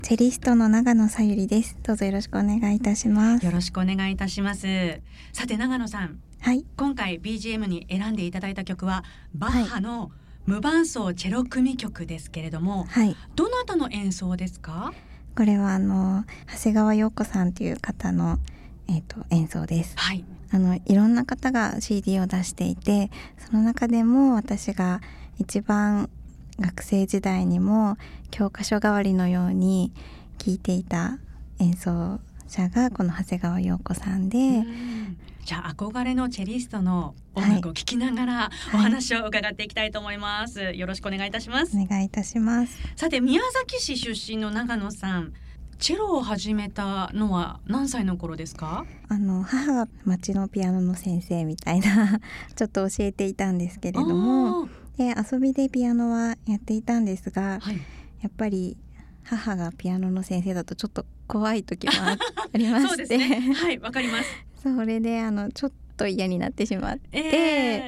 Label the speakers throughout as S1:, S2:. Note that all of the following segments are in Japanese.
S1: チェリストの長野さゆりです。どうぞよろしくお願いいたします。
S2: よろしくお願いいたします。さて長野さん、
S1: はい、
S2: 今回 BGM に選んでいただいた曲はバッハの無伴奏チェロ組曲ですけれども、
S1: はい、
S2: どなたの演奏ですか？
S1: これは長谷川陽子さんという方の、演奏です。
S2: はい、
S1: いろんな方が CD を出していて、その中でも私が一番学生時代にも教科書代わりのように聴いていた演奏者がこの長谷川陽子さんで、
S2: じゃあ憧れのチェリストの音楽を聴きながらお話を伺っていきたいと思います、よろしくお願いいたします。
S1: お願いいたします。
S2: さて宮崎市出身の長野さん、チェロを始めたのは何歳の頃ですか？
S1: 母が町のピアノの先生みたいなちょっと教えていたんですけれども、で遊びでピアノはやっていたんですが、
S2: はい、
S1: やっぱり母がピアノの先生だとちょっと怖い時もありまして
S2: そうですね、はい、わかります。
S1: それでちょっと嫌になってしまって、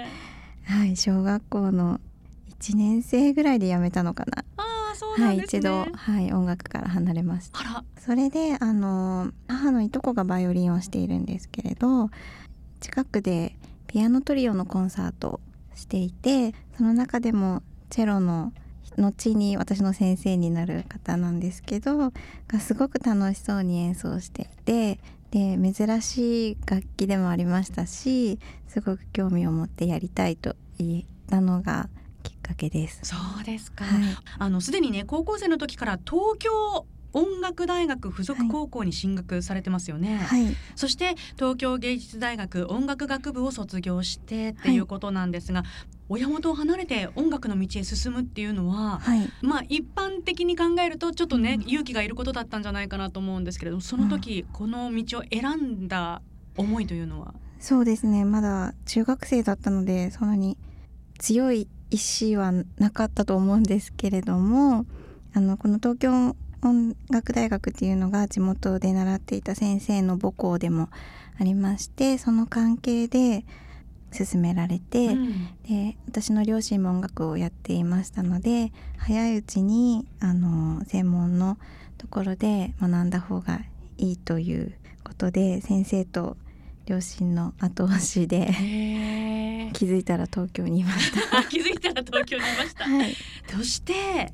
S1: はい、小学校の1年生ぐらいで辞めたのかな。
S2: そうなんですね。
S1: はい、一度、音楽から離れました。
S2: あら、
S1: それで母のいとこがバイオリンをしているんですけれど、近くでピアノトリオのコンサートをしていて、その中でもチェロの後に私の先生になる方なんですけどがすごく楽しそうに演奏していて、で珍しい楽器でもありましたし、すごく興味を持ってやりたいと言ったのがきっかけです。
S2: そうですか、
S1: はい、
S2: すでにね高校生の時から東京音楽大学附属高校に進学されてますよね、
S1: はい、
S2: そして東京芸術大学音楽学部を卒業してっていうことなんですが、はい、親元を離れて音楽の道へ進むっていうのは、はい、一般的に考えるとちょっとね、勇気がいることだったんじゃないかなと思うんですけれども、その時、この道を選んだ思いというのは？
S1: そうですね、まだ中学生だったのでそんなに強い意志はなかったと思うんですけれども、この東京音楽大学っていうのが地元で習っていた先生の母校でもありまして、その関係で勧められて、で私の両親も音楽をやっていましたので、早いうちに専門のところで学んだ方がいいということで、先生と両親の後押しで気づいたら東京にいました
S2: 気づいたら東京にいました、
S1: はい、
S2: そして、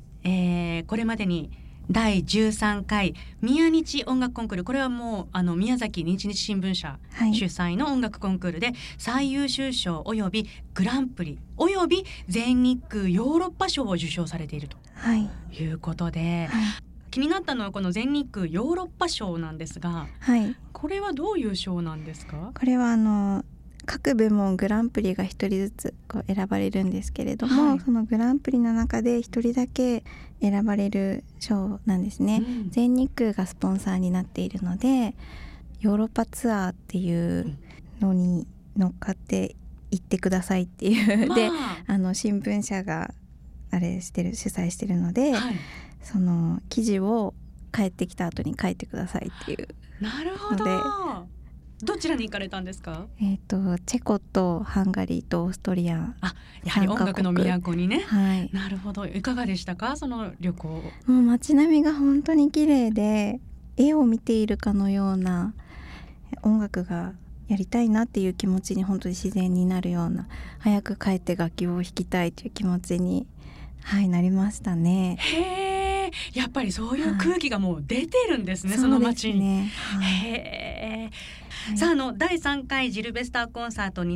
S2: これまでに第13回宮日音楽コンクール、これはもう宮崎日日新聞社主催の音楽コンクールで最優秀賞およびグランプリおよび全日空ヨーロッパ賞を受賞されているということで、気になったのはこの全日空ヨーロッパ賞なんですが、これはどういう賞なんですか？
S1: これは各部門グランプリが1人ずつ選ばれるんですけれども、そのグランプリの中で1人だけ選ばれる賞なんですね、全日空がスポンサーになっているので、ヨーロッパツアーっていうのに乗っかって行ってくださいっていう、で新聞社が主催してるので、その記事を帰ってきた後に書いてくださいっていう。
S2: なるほど。どちらに行かれたんですか？
S1: チェコとハンガリーとオーストリア。
S2: やはり音楽の都にね、
S1: な
S2: るほど。いかがでしたか、その旅行？も
S1: う街並みが本当に綺麗で、絵を見ているかのような、音楽がやりたいなっていう気持ちに本当に自然になるような、早く帰って楽器を弾きたいという気持ちに、なりましたね。
S2: へー、やっぱりそういう空気がもう出てるんですね、その街に。へー。さあ第3回ジルベスターコンサート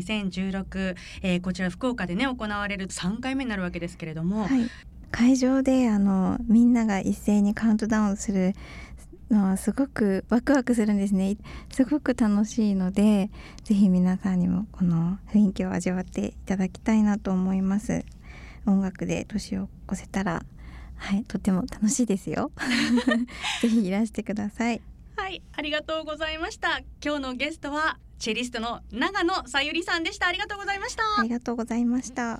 S2: 2016、こちら福岡でね行われる3回目になるわけですけれども、
S1: 会場でみんなが一斉にカウントダウンするのはすごくワクワクするんですね。すごく楽しいので、ぜひ皆さんにもこの雰囲気を味わっていただきたいなと思います。音楽で年を越せたら、とても楽しいですよぜひいらしてください。
S2: はい、ありがとうございました。今日のゲストはチェリストの長野さゆりさんでした。ありがとうございました。
S1: ありがとうございました。